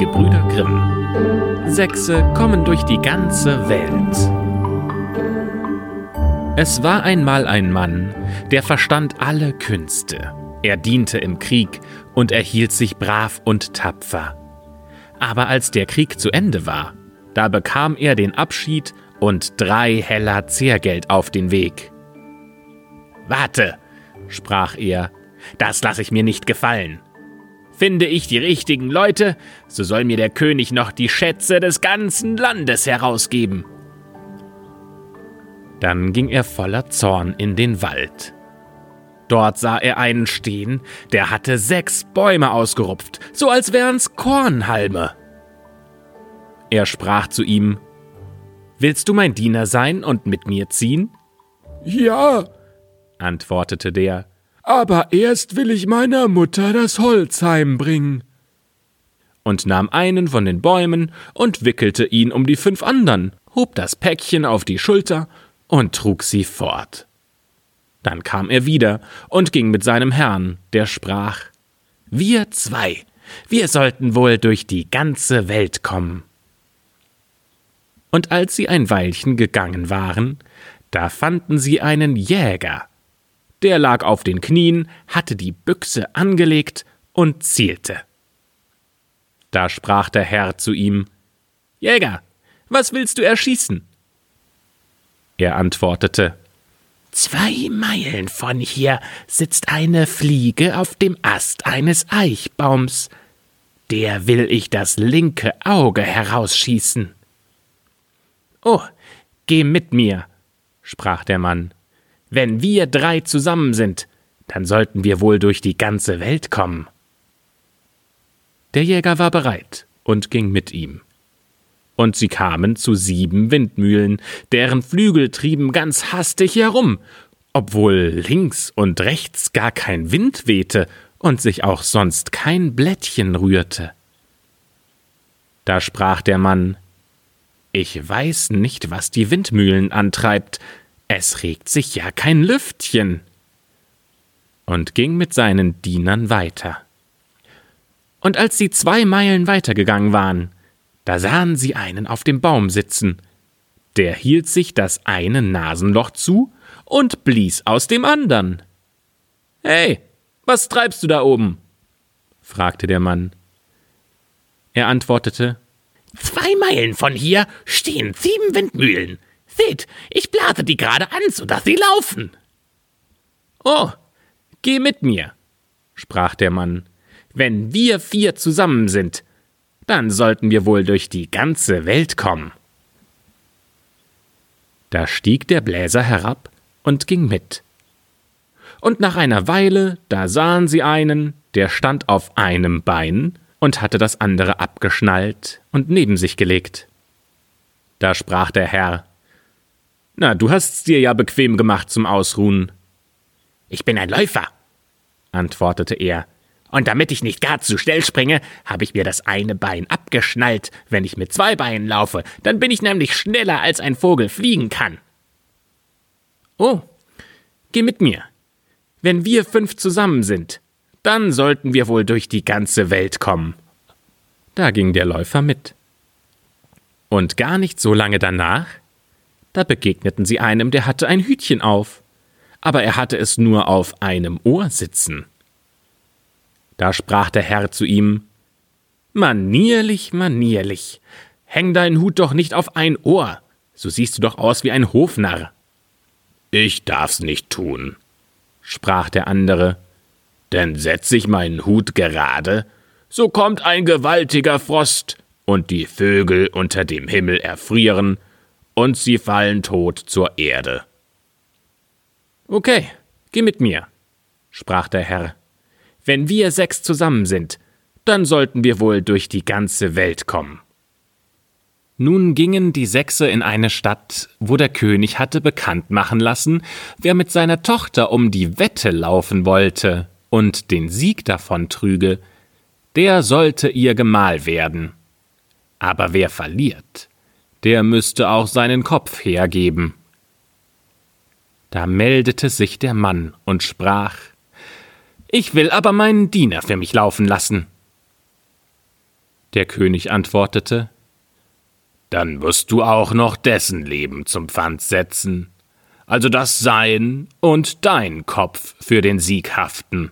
Gebrüder Grimm. Sechse kommen durch die ganze Welt. Es war einmal ein Mann, der verstand alle Künste. Er diente im Krieg und erhielt sich brav und tapfer. Aber als der Krieg zu Ende war, da bekam er den Abschied und 3 Heller Zehrgeld auf den Weg. »Warte«, sprach er, »das lasse ich mir nicht gefallen. Finde ich die richtigen Leute, so soll mir der König noch die Schätze des ganzen Landes herausgeben.« Dann ging er voller Zorn in den Wald. Dort sah er einen stehen, der hatte 6 Bäume ausgerupft, so als wären's Kornhalme. Er sprach zu ihm: »Willst du mein Diener sein und mit mir ziehen?« »Ja«, antwortete der, »aber erst will ich meiner Mutter das Holz heimbringen.« Und nahm einen von den Bäumen und wickelte ihn um die 5 anderen, hob das Päckchen auf die Schulter und trug sie fort. Dann kam er wieder und ging mit seinem Herrn, der sprach: »Wir 2, wir sollten wohl durch die ganze Welt kommen.« Und als sie ein Weilchen gegangen waren, da fanden sie einen Jäger. Der lag auf den Knien, hatte die Büchse angelegt und zielte. Da sprach der Herr zu ihm: »Jäger, was willst du erschießen?« Er antwortete: »2 Meilen von hier sitzt eine Fliege auf dem Ast eines Eichbaums. Der will ich das linke Auge herausschießen.« »Oh, geh mit mir«, sprach der Mann. »Wenn wir 3 zusammen sind, dann sollten wir wohl durch die ganze Welt kommen.« Der Jäger war bereit und ging mit ihm. Und sie kamen zu 7 Windmühlen, deren Flügel trieben ganz hastig herum, obwohl links und rechts gar kein Wind wehte und sich auch sonst kein Blättchen rührte. Da sprach der Mann: »Ich weiß nicht, was die Windmühlen antreibt, es regt sich ja kein Lüftchen«, und ging mit seinen Dienern weiter. Und als sie 2 Meilen weitergegangen waren, da sahen sie einen auf dem Baum sitzen. Der hielt sich das eine Nasenloch zu und blies aus dem andern. »Hey, was treibst du da oben?« fragte der Mann. Er antwortete: »2 Meilen von hier stehen 7 Windmühlen. Seht, ich blase die gerade an, sodass sie laufen.« »Oh, geh mit mir«, sprach der Mann. »Wenn wir 4 zusammen sind, dann sollten wir wohl durch die ganze Welt kommen.« Da stieg der Bläser herab und ging mit. Und nach einer Weile, da sahen sie einen, der stand auf einem Bein und hatte das andere abgeschnallt und neben sich gelegt. Da sprach der Herr: »Na, du hast's dir ja bequem gemacht zum Ausruhen.« »Ich bin ein Läufer«, antwortete er, »und damit ich nicht gar zu schnell springe, habe ich mir das eine Bein abgeschnallt. Wenn ich mit 2 Beinen laufe, dann bin ich nämlich schneller, als ein Vogel fliegen kann.« »Oh, geh mit mir. Wenn wir 5 zusammen sind, dann sollten wir wohl durch die ganze Welt kommen.« Da ging der Läufer mit. Und gar nicht so lange danach, da begegneten sie einem, der hatte ein Hütchen auf, aber er hatte es nur auf einem Ohr sitzen. Da sprach der Herr zu ihm: »Manierlich, manierlich, häng deinen Hut doch nicht auf ein Ohr, so siehst du doch aus wie ein Hofnarr.« »Ich darf's nicht tun«, sprach der andere, »denn setz ich meinen Hut gerade, so kommt ein gewaltiger Frost, und die Vögel unter dem Himmel erfrieren, und sie fallen tot zur Erde.« »Okay, geh mit mir«, sprach der Herr. »Wenn wir 6 zusammen sind, dann sollten wir wohl durch die ganze Welt kommen.« Nun gingen die 6 in eine Stadt, wo der König hatte bekannt machen lassen, wer mit seiner Tochter um die Wette laufen wollte und den Sieg davon trüge, der sollte ihr Gemahl werden. Aber wer verliert, der müsste auch seinen Kopf hergeben. Da meldete sich der Mann und sprach: »Ich will aber meinen Diener für mich laufen lassen.« Der König antwortete: »Dann musst du auch noch dessen Leben zum Pfand setzen, also dass sein und dein Kopf für den Sieg haften.«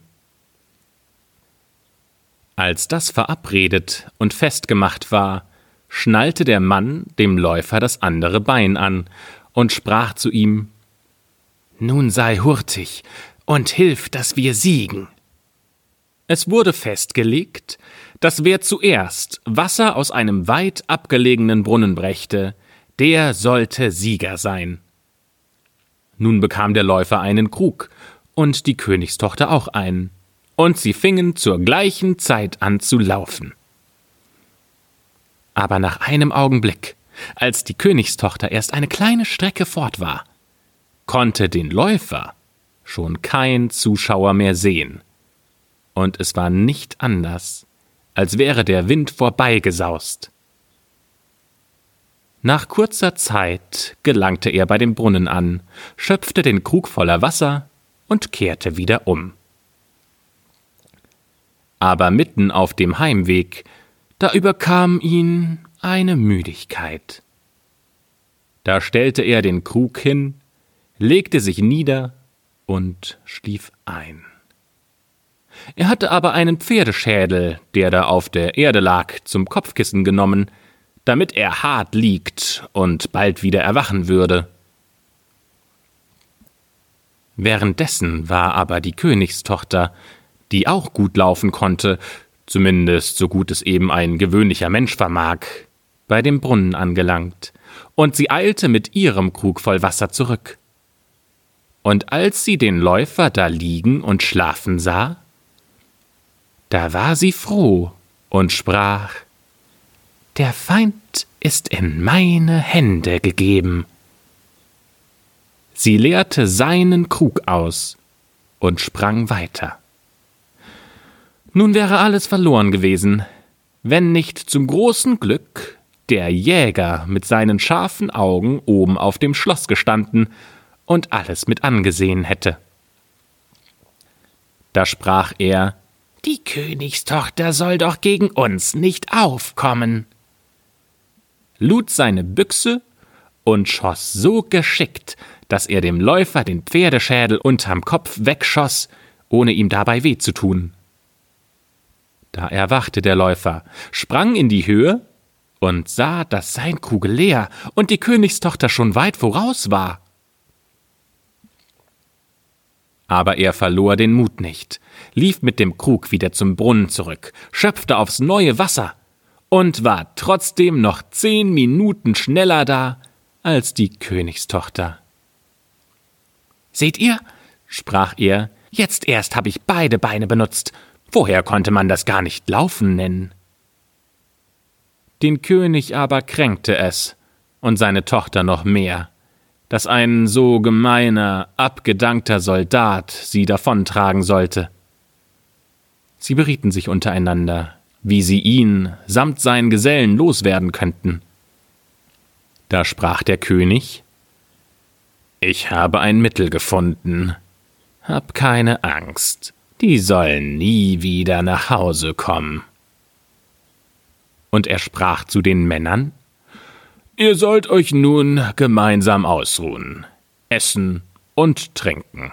Als das verabredet und festgemacht war, schnallte der Mann dem Läufer das andere Bein an und sprach zu ihm: »Nun sei hurtig und hilf, dass wir siegen.« Es wurde festgelegt, dass wer zuerst Wasser aus einem weit abgelegenen Brunnen brächte, der sollte Sieger sein. Nun bekam der Läufer einen Krug und die Königstochter auch einen, und sie fingen zur gleichen Zeit an zu laufen. Aber nach einem Augenblick, als die Königstochter erst eine kleine Strecke fort war, konnte den Läufer schon kein Zuschauer mehr sehen, und es war nicht anders, als wäre der Wind vorbeigesaust. Nach kurzer Zeit gelangte er bei dem Brunnen an, schöpfte den Krug voller Wasser und kehrte wieder um. Aber mitten auf dem Heimweg, da überkam ihn eine Müdigkeit. Da stellte er den Krug hin, legte sich nieder und schlief ein. Er hatte aber einen Pferdeschädel, der da auf der Erde lag, zum Kopfkissen genommen, damit er hart liegt und bald wieder erwachen würde. Währenddessen war aber die Königstochter, die auch gut laufen konnte, zumindest so gut es eben ein gewöhnlicher Mensch vermag, bei dem Brunnen angelangt, und sie eilte mit ihrem Krug voll Wasser zurück. Und als sie den Läufer da liegen und schlafen sah, da war sie froh und sprach: »Der Feind ist in meine Hände gegeben.« Sie leerte seinen Krug aus und sprang weiter. Nun wäre alles verloren gewesen, wenn nicht zum großen Glück der Jäger mit seinen scharfen Augen oben auf dem Schloss gestanden und alles mit angesehen hätte. Da sprach er: »Die Königstochter soll doch gegen uns nicht aufkommen«, lud seine Büchse und schoss so geschickt, dass er dem Läufer den Pferdeschädel unterm Kopf wegschoss, ohne ihm dabei weh zu tun. Da erwachte der Läufer, sprang in die Höhe und sah, dass sein Krug leer und die Königstochter schon weit voraus war. Aber er verlor den Mut nicht, lief mit dem Krug wieder zum Brunnen zurück, schöpfte aufs neue Wasser und war trotzdem noch 10 Minuten schneller da als die Königstochter. »Seht ihr«, sprach er, »jetzt erst habe ich beide Beine benutzt. Vorher konnte man das gar nicht Laufen nennen.« Den König aber kränkte es und seine Tochter noch mehr, dass ein so gemeiner, abgedankter Soldat sie davontragen sollte. Sie berieten sich untereinander, wie sie ihn samt seinen Gesellen loswerden könnten. Da sprach der König: »Ich habe ein Mittel gefunden. Hab keine Angst, die sollen nie wieder nach Hause kommen.« Und er sprach zu den Männern: »Ihr sollt euch nun gemeinsam ausruhen, essen und trinken.«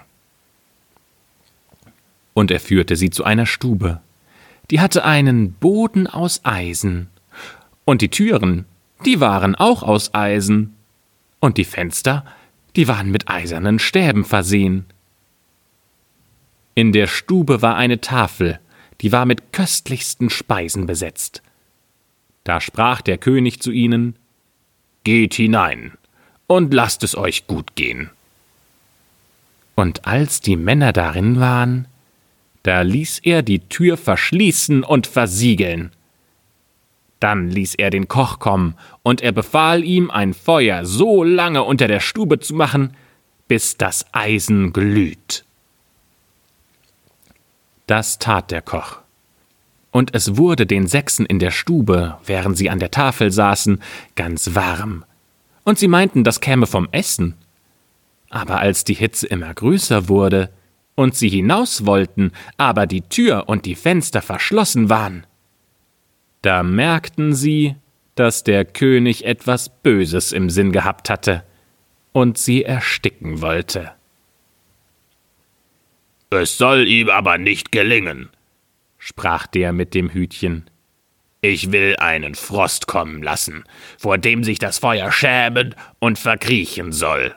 Und er führte sie zu einer Stube, die hatte einen Boden aus Eisen, und die Türen, die waren auch aus Eisen, und die Fenster, die waren mit eisernen Stäben versehen. In der Stube war eine Tafel, die war mit köstlichsten Speisen besetzt. Da sprach der König zu ihnen: »Geht hinein und lasst es euch gut gehen.« Und als die Männer darin waren, da ließ er die Tür verschließen und versiegeln. Dann ließ er den Koch kommen, und er befahl ihm, ein Feuer so lange unter der Stube zu machen, bis das Eisen glüht. Das tat der Koch. Und es wurde den Sechsen in der Stube, während sie an der Tafel saßen, ganz warm. Und sie meinten, das käme vom Essen. Aber als die Hitze immer größer wurde und sie hinaus wollten, aber die Tür und die Fenster verschlossen waren, Da merkten sie, dass der König etwas Böses im Sinn gehabt hatte und sie ersticken wollte. »Es soll ihm aber nicht gelingen«, sprach der mit dem Hütchen. »Ich will einen Frost kommen lassen, vor dem sich das Feuer schämen und verkriechen soll.«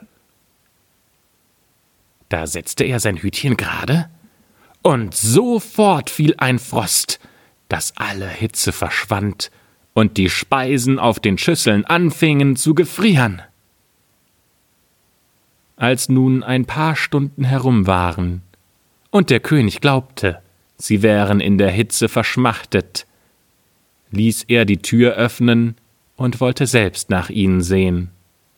Da setzte er sein Hütchen gerade, und sofort fiel ein Frost, dass alle Hitze verschwand und die Speisen auf den Schüsseln anfingen zu gefrieren. Als nun ein paar Stunden herum waren und der König glaubte, sie wären in der Hitze verschmachtet, ließ er die Tür öffnen und wollte selbst nach ihnen sehen.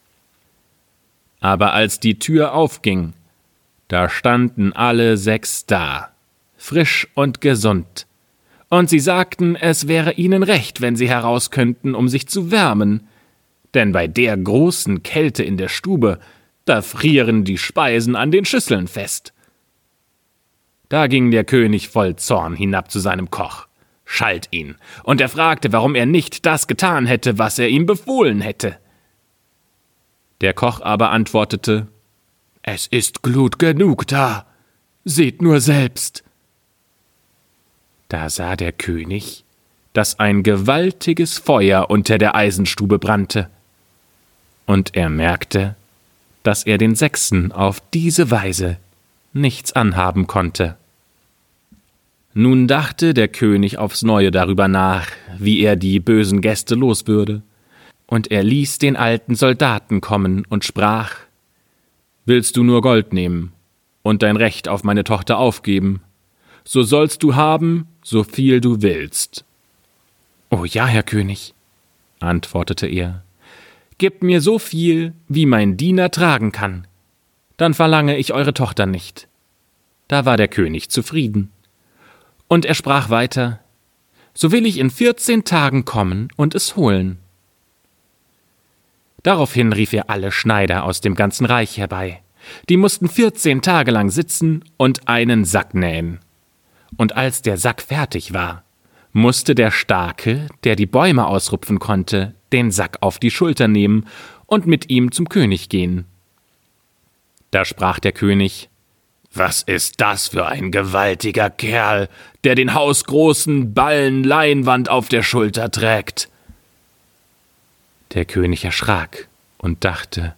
Aber als die Tür aufging, da standen alle 6 da, frisch und gesund, und sie sagten, es wäre ihnen recht, wenn sie heraus könnten, um sich zu wärmen, denn bei der großen Kälte in der Stube, da frieren die Speisen an den Schüsseln fest. Da ging der König voll Zorn hinab zu seinem Koch, schalt ihn, und er fragte, warum er nicht das getan hätte, was er ihm befohlen hätte. Der Koch aber antwortete: »Es ist Glut genug da, seht nur selbst.« Da sah der König, dass ein gewaltiges Feuer unter der Eisenstube brannte, und er merkte, dass er den 6. auf diese Weise nichts anhaben konnte. Nun dachte der König aufs Neue darüber nach, wie er die bösen Gäste los würde, und er ließ den alten Soldaten kommen und sprach: »Willst du nur Gold nehmen und dein Recht auf meine Tochter aufgeben, so sollst du haben, so viel du willst.« »Oh ja, Herr König«, antwortete er, »gebt mir so viel, wie mein Diener tragen kann, dann verlange ich eure Tochter nicht.« Da war der König zufrieden. Und er sprach weiter: »So will ich in 14 Tagen kommen und es holen.« Daraufhin rief er alle Schneider aus dem ganzen Reich herbei. Die mussten 14 Tage lang sitzen und einen Sack nähen. Und als der Sack fertig war, musste der Starke, der die Bäume ausrupfen konnte, den Sack auf die Schulter nehmen und mit ihm zum König gehen. Da sprach der König: »Was ist das für ein gewaltiger Kerl, der den hausgroßen Ballen Leinwand auf der Schulter trägt?« Der König erschrak und dachte: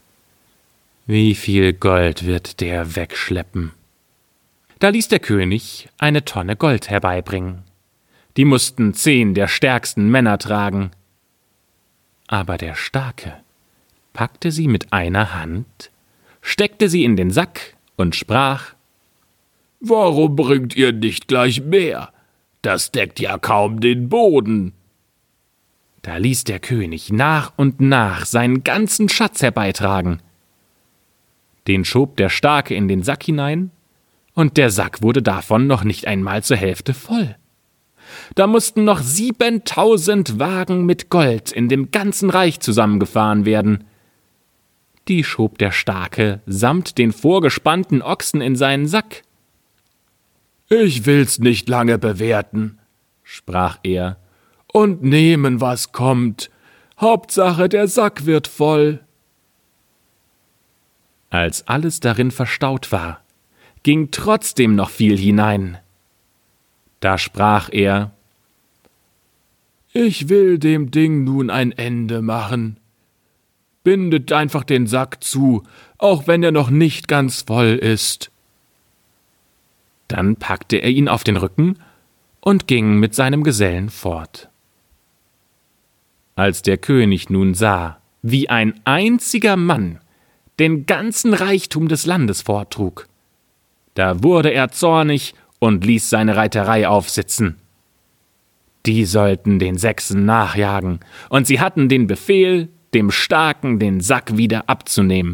»Wie viel Gold wird der wegschleppen?« Da ließ der König eine Tonne Gold herbeibringen. Die mussten 10 der stärksten Männer tragen. Aber der Starke packte sie mit einer Hand, steckte sie in den Sack und sprach: »Warum bringt ihr nicht gleich mehr? Das deckt ja kaum den Boden.« Da ließ der König nach und nach seinen ganzen Schatz herbeitragen. Den schob der Starke in den Sack hinein, und der Sack wurde davon noch nicht einmal zur Hälfte voll. Da mussten noch 7000 Wagen mit Gold in dem ganzen Reich zusammengefahren werden. Die schob der Starke samt den vorgespannten Ochsen in seinen Sack. »Ich will's nicht lange bewerten«, sprach er, »und nehmen, was kommt. Hauptsache, der Sack wird voll.« Als alles darin verstaut war, ging trotzdem noch viel hinein. Da sprach er: »Ich will dem Ding nun ein Ende machen. Bindet einfach den Sack zu, auch wenn er noch nicht ganz voll ist.« Dann packte er ihn auf den Rücken und ging mit seinem Gesellen fort. Als der König nun sah, wie ein einziger Mann den ganzen Reichtum des Landes forttrug, da wurde er zornig und ließ seine Reiterei aufsitzen. Die sollten den 6 nachjagen, und sie hatten den Befehl, dem Starken den Sack wieder abzunehmen.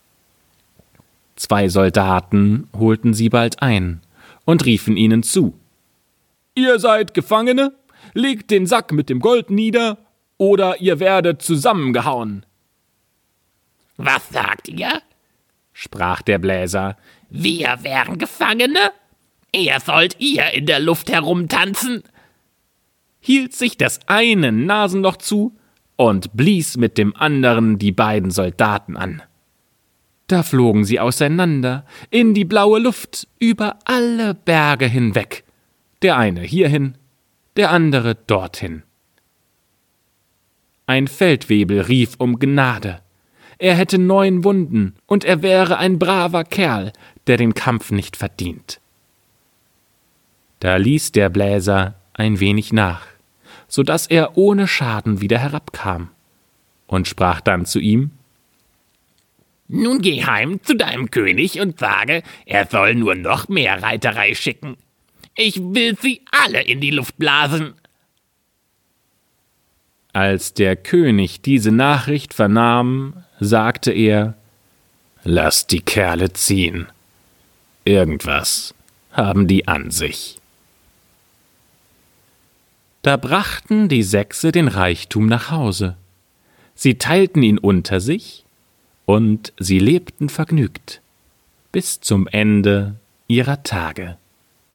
2 Soldaten holten sie bald ein und riefen ihnen zu: »Ihr seid Gefangene, legt den Sack mit dem Gold nieder, oder ihr werdet zusammengehauen.« »Was sagt ihr?«, sprach der Bläser. »Wir wären Gefangene? Eher sollt ihr in der Luft herumtanzen?« hielt sich das eine Nasenloch zu und blies mit dem anderen die beiden Soldaten an. Da flogen sie auseinander, in die blaue Luft, über alle Berge hinweg, der eine hierhin, der andere dorthin. Ein Feldwebel rief um Gnade. Er hätte 9 Wunden, und er wäre ein braver Kerl, der den Kampf nicht verdient. Da ließ der Bläser ein wenig nach, so daß er ohne Schaden wieder herabkam, und sprach dann zu ihm: »Nun geh heim zu deinem König und sage, er soll nur noch mehr Reiterei schicken. Ich will sie alle in die Luft blasen.« Als der König diese Nachricht vernahm, sagte er: »Lass die Kerle ziehen. Irgendwas haben die an sich.« Da brachten die 6 den Reichtum nach Hause. Sie teilten ihn unter sich, und sie lebten vergnügt bis zum Ende ihrer Tage.